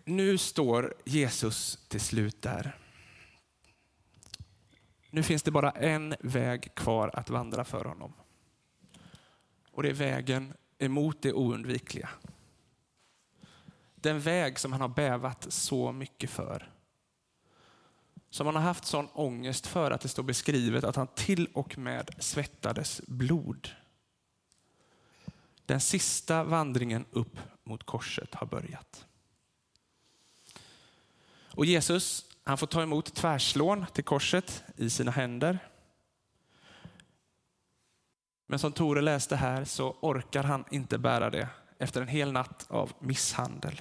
nu står Jesus till slut där. Nu finns det bara en väg kvar att vandra för honom. Och det är vägen emot det oundvikliga. Den väg som han har bävat så mycket för. Som han har haft sån ångest för att det står beskrivet att han till och med svettades blod. Den sista vandringen upp mot korset har börjat. Och Jesus, han får ta emot tvärslån till korset i sina händer. Men som Tore läste här så orkar han inte bära det efter en hel natt av misshandel.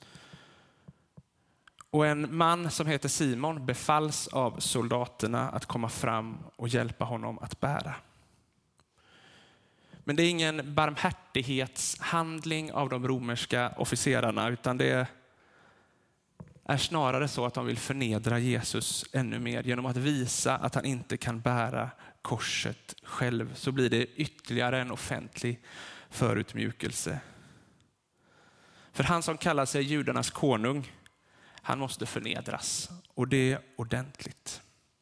Och en man som heter Simon befalls av soldaterna att komma fram och hjälpa honom att bära. Men det är ingen barmhärtighetshandling av de romerska officerarna, utan det är snarare så att de vill förnedra Jesus ännu mer genom att visa att han inte kan bära korset själv. Så blir det ytterligare en offentlig förutmjukelse. För han som kallar sig judarnas konung, han måste förnedras, och det ordentligt.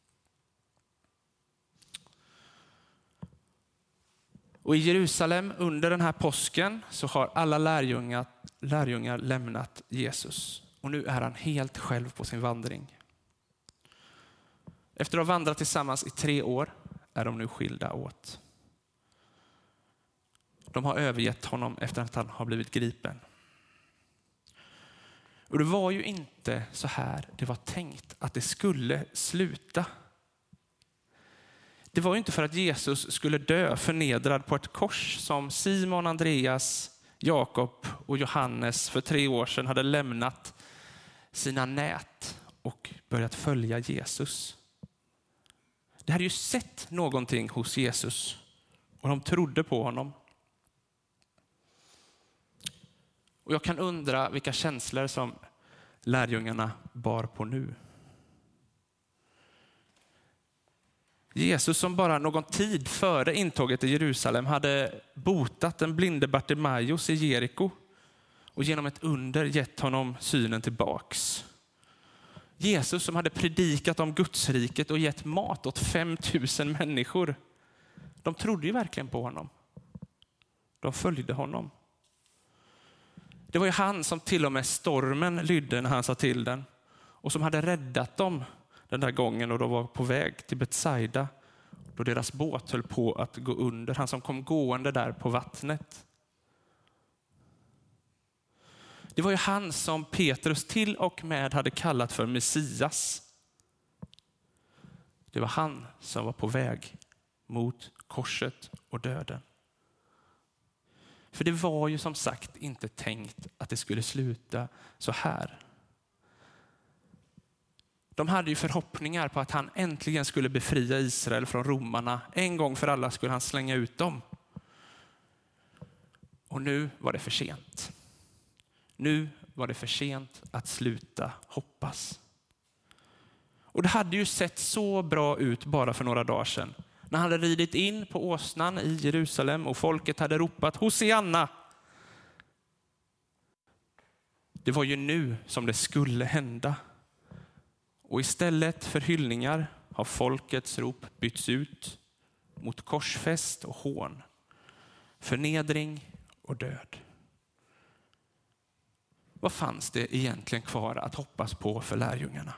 Och i Jerusalem under den här påsken så har alla lärjungar lämnat Jesus. Och nu är han helt själv på sin vandring. Efter att ha vandrat tillsammans i 3 år är de nu skilda åt. De har övergett honom efter att han har blivit gripen. Och det var ju inte så här det var tänkt att det skulle sluta. Det var ju inte för att Jesus skulle dö förnedrad på ett kors som Simon, Andreas, Jakob och Johannes för 3 år sedan hade lämnat sina nät och börjat följa Jesus. Det hade ju sett någonting hos Jesus och de trodde på honom. Och jag kan undra vilka känslor som lärjungarna bar på nu. Jesus som bara någon tid före intåget i Jerusalem hade botat den blinde Bartimaeus i Jeriko och genom ett under gett honom synen tillbaks. Jesus som hade predikat om Gudsriket och gett mat åt 5000 människor. De trodde ju verkligen på honom. De följde honom. Det var ju han som till och med stormen lydde när han sa till den. Och som hade räddat dem den där gången och de var på väg till Betsaida. Då deras båt höll på att gå under. Han som kom gående där på vattnet. Det var ju han som Petrus till och med hade kallat för Messias. Det var han som var på väg mot korset och döden. För det var ju som sagt inte tänkt att det skulle sluta så här. De hade ju förhoppningar på att han äntligen skulle befria Israel från romarna. En gång för alla skulle han slänga ut dem. Och nu var det för sent. Nu var det för sent att sluta hoppas. Och det hade ju sett så bra ut bara för några dagar sedan. När han hade ridit in på åsnan i Jerusalem och folket hade ropat Hosianna. Det var ju nu som det skulle hända. Och istället för hyllningar har folkets rop bytts ut mot korsfäst och hån, förnedring och död. Vad fanns det egentligen kvar att hoppas på för lärjungarna?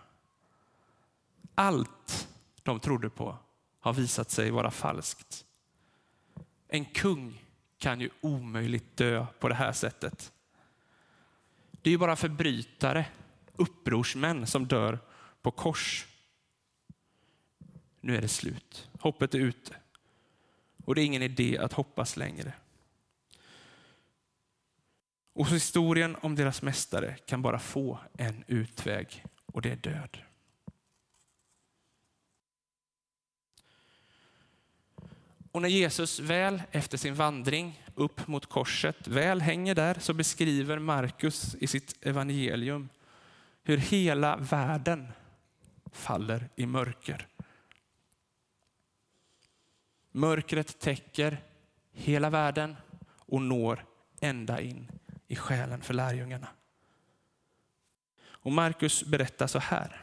Allt de trodde på har visat sig vara falskt. En kung kan ju omöjligt dö på det här sättet. Det är ju bara förbrytare, upprorsmän som dör på kors. Nu är det slut. Hoppet är ute. Och det är ingen idé att hoppas längre. Och så historien om deras mästare kan bara få en utväg, och det är död. Och när Jesus väl efter sin vandring upp mot korset väl hänger där, så beskriver Markus i sitt evangelium hur hela världen faller i mörker. Mörkret täcker hela världen och når ända in i själen för lärjungarna. Och Markus berättar så här.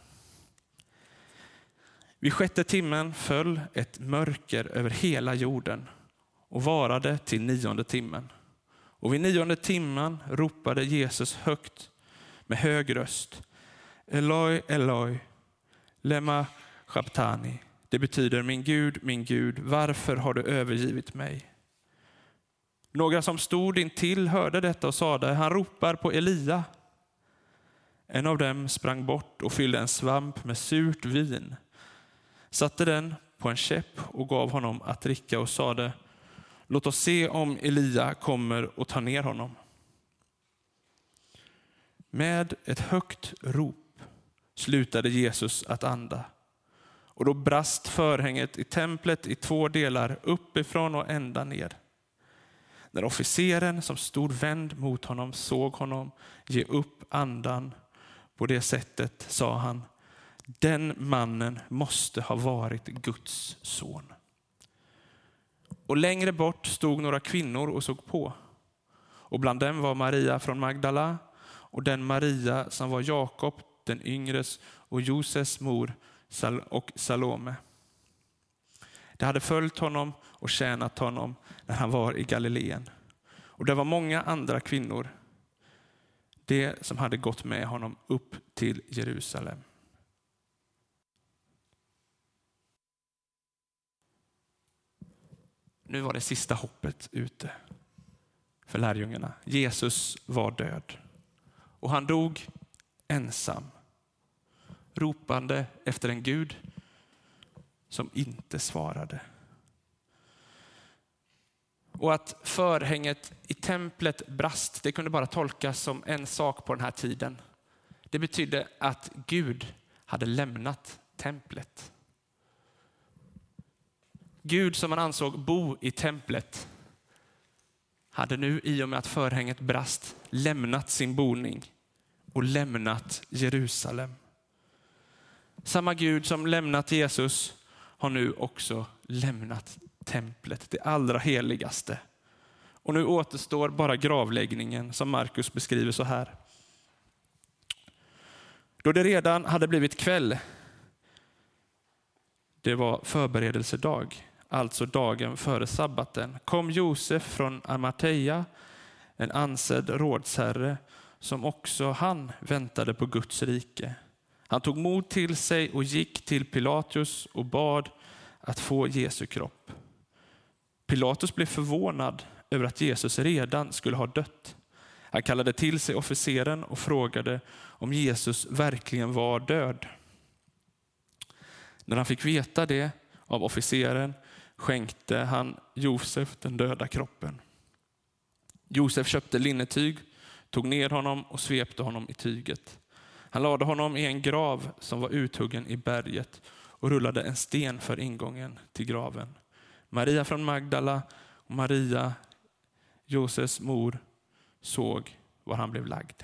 Vid 6:e timmen föll ett mörker över hela jorden och varade till 9:e timmen. Och vid 9:e timmen ropade Jesus högt med hög röst: Eloi, Eloi, lema sabachthani. Det betyder: min Gud, varför har du övergivit mig? Några som stod intill hörde detta och sade: han ropar på Elia. En av dem sprang bort och fyllde en svamp med surt vin, satte den på en käpp och gav honom att dricka och sade: låt oss se om Elia kommer och tar ner honom. Med ett högt rop slutade Jesus att anda. Och då brast förhänget i templet i 2 delar, uppifrån och ända ner. När officeren som stod vänd mot honom såg honom ge upp andan på det sättet, sa han: den mannen måste ha varit Guds son. Och längre bort stod några kvinnor och såg på. Och bland dem var Maria från Magdala och den Maria som var Jakob den yngres och Joses mor och Salome. De hade följt honom och tjänat honom när han var i Galileen. Och det var många andra kvinnor, de som hade gått med honom upp till Jerusalem. Nu var det sista hoppet ute för lärjungarna. Jesus var död och han dog ensam, ropande efter en Gud som inte svarade. Och att förhänget i templet brast, det kunde bara tolkas som en sak på den här tiden. Det betydde att Gud hade lämnat templet. Gud som man ansåg bo i templet hade nu i och med att förhänget brast lämnat sin boning och lämnat Jerusalem. Samma Gud som lämnat Jesus har nu också lämnat templet, det allra heligaste. Och nu återstår bara gravläggningen som Markus beskriver så här. Då det redan hade blivit kväll, det var förberedelsedag, alltså dagen före sabbaten, kom Josef från Arimatea, en ansedd rådsherre som också han väntade på Guds rike. Han tog mod till sig och gick till Pilatus och bad att få Jesu kropp. Pilatus blev förvånad över att Jesus redan skulle ha dött. Han kallade till sig officeren och frågade om Jesus verkligen var död. När han fick veta det av officeren skänkte han Josef den döda kroppen. Josef köpte linnetyg, tog ner honom och svepte honom i tyget. Han lade honom i en grav som var uthuggen i berget och rullade en sten för ingången till graven. Maria från Magdala och Maria, Joses mor, såg var han blev lagd.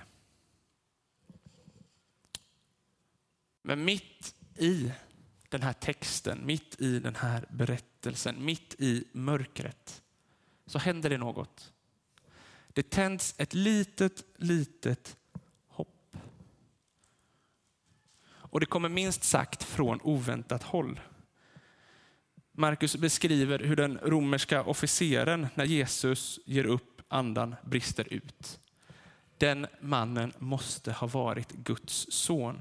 Men mitt i den här texten, mitt i den här berättelsen, mitt i mörkret, så händer det något. Det tänds ett litet hopp. Och det kommer minst sagt från oväntat håll. Markus beskriver hur den romerska officeren, när Jesus ger upp andan, brister ut. Den mannen måste ha varit Guds son.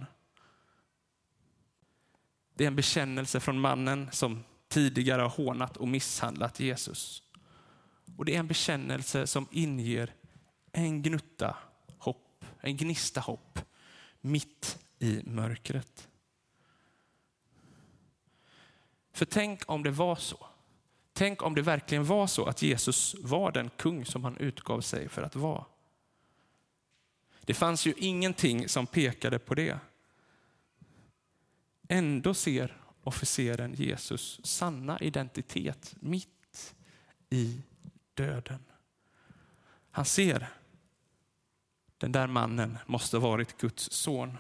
Det är en bekännelse från mannen som tidigare har hånat och misshandlat Jesus. Och det är en bekännelse som inger en gnutta hopp, en gnista hopp mitt i mörkret. För tänk om det var så. Tänk om det verkligen var så att Jesus var den kung som han utgav sig för att vara. Det fanns ju ingenting som pekade på det. Ändå ser officeren Jesus sanna identitet mitt i döden. Han ser den där mannen måste ha varit Guds son.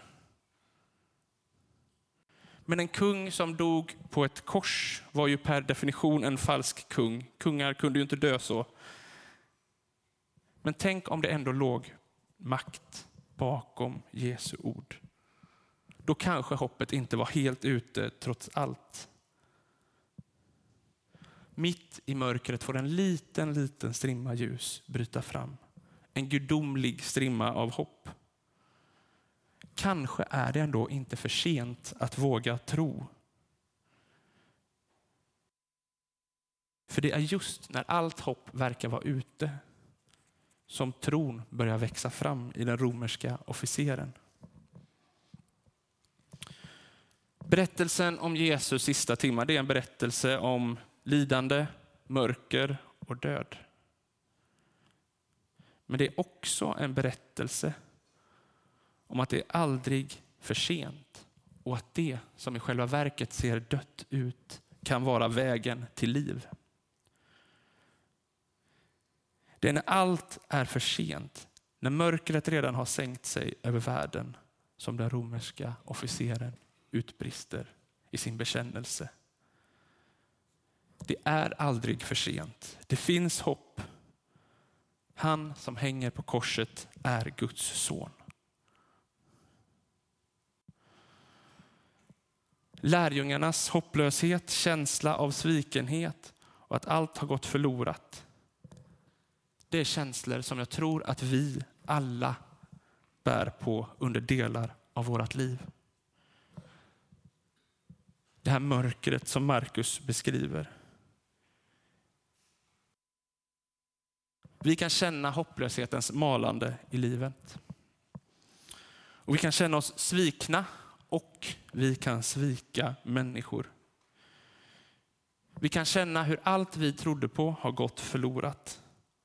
Men en kung som dog på ett kors var ju per definition en falsk kung. Kungar kunde ju inte dö så. Men tänk om det ändå låg makt bakom Jesu ord. då kanske hoppet inte var helt ute trots allt. Mitt i mörkret får en liten strimma ljus bryta fram. En gudomlig strimma av hopp. Kanske är det ändå inte för sent att våga tro. För det är just när allt hopp verkar vara ute som tron börjar växa fram i den romerska officeren. Berättelsen om Jesus sista timmar, det är en berättelse om lidande, mörker och död. Men det är också en berättelse om att det är aldrig för sent och att det som i själva verket ser dött ut kan vara vägen till liv. Det är när allt är för sent, när mörkret redan har sänkt sig över världen, som den romerska officeren utbrister i sin bekännelse. Det är aldrig för sent. Det finns hopp. Han som hänger på korset är Guds son. Lärjungarnas hopplöshet, känsla av svikenhet och att allt har gått förlorat. Det är känslor som jag tror att vi alla bär på under delar av vårt liv. Det här mörkret som Markus beskriver. Vi kan känna hopplöshetens malande i livet. Och vi kan känna oss svikna och vi kan svika människor. Vi kan känna hur allt vi trodde på har gått förlorat.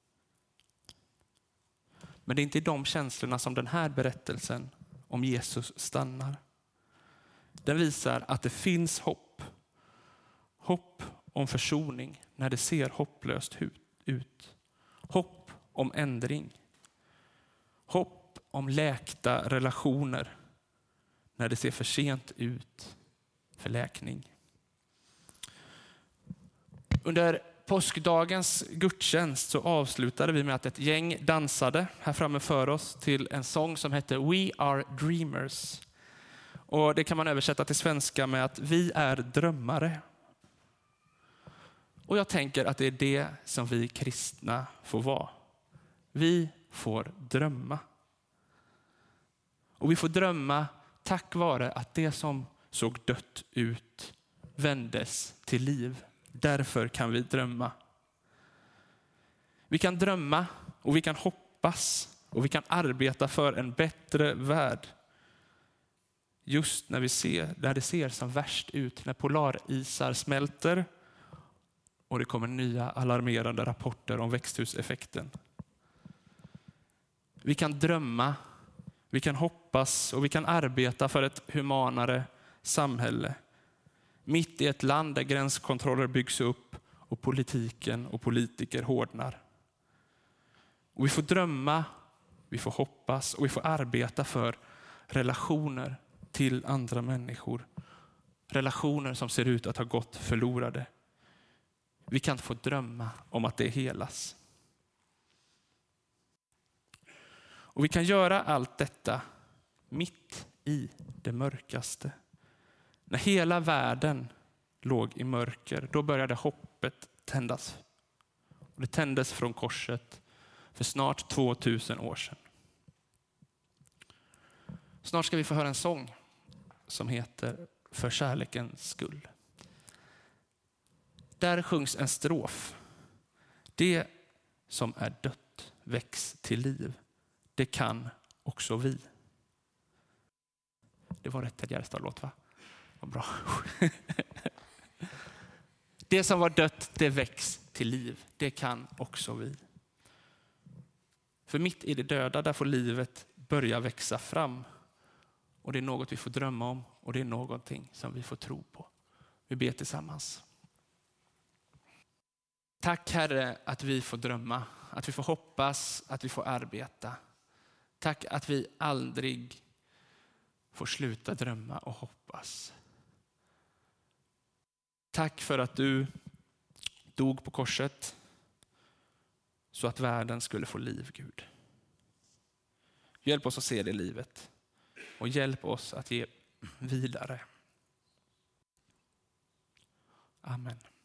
Men det är inte i de känslorna som den här berättelsen om Jesus stannar. Den visar att det finns hopp. Hopp om försoning när det ser hopplöst ut. Hopp om ändring. Hopp om läkta relationer när det ser för sent ut för läkning. Under påskdagens gudstjänst så avslutade vi med att ett gäng dansade här framme för oss till en sång som heter We Are Dreamers. Och det kan man översätta till svenska med att vi är drömmare. Och jag tänker att det är det som vi kristna får vara. Vi får drömma. Och vi får drömma tack vare att det som såg dött ut vändes till liv. Därför kan vi drömma. Vi kan drömma och vi kan hoppas och vi kan arbeta för en bättre värld. Just när det ser som värst ut, när polarisar smälter och det kommer nya alarmerande rapporter om växthuseffekten. Vi kan drömma, vi kan hoppas och vi kan arbeta för ett humanare samhälle. Mitt i ett land där gränskontroller byggs upp och politiken och politiker hårdnar. Och vi får drömma, vi får hoppas och vi får arbeta för relationer till andra människor. Relationer som ser ut att ha gått förlorade. Vi kan få drömma om att det helas. Och vi kan göra allt detta mitt i det mörkaste. När hela världen låg i mörker, då började hoppet tändas. Och det tändes från korset för snart 2000 år sedan. Snart ska vi få höra en sång som heter För kärlekens skull. Där sjungs en strof. Det som är dött väcks till liv. Det kan också vi. Det var rätt Ted Gärdestad-låt, va? Vad bra. Det som var dött, det väcks till liv. Det kan också vi. För mitt i det döda, där får livet börja växa fram. Och det är något vi får drömma om och det är någonting som vi får tro på. Vi ber tillsammans. Tack Herre att vi får drömma, att vi får hoppas, att vi får arbeta. Tack att vi aldrig får sluta drömma och hoppas. Tack för att du dog på korset så att världen skulle få liv, Gud. Hjälp oss att se det livet och hjälp oss att ge vidare. Amen.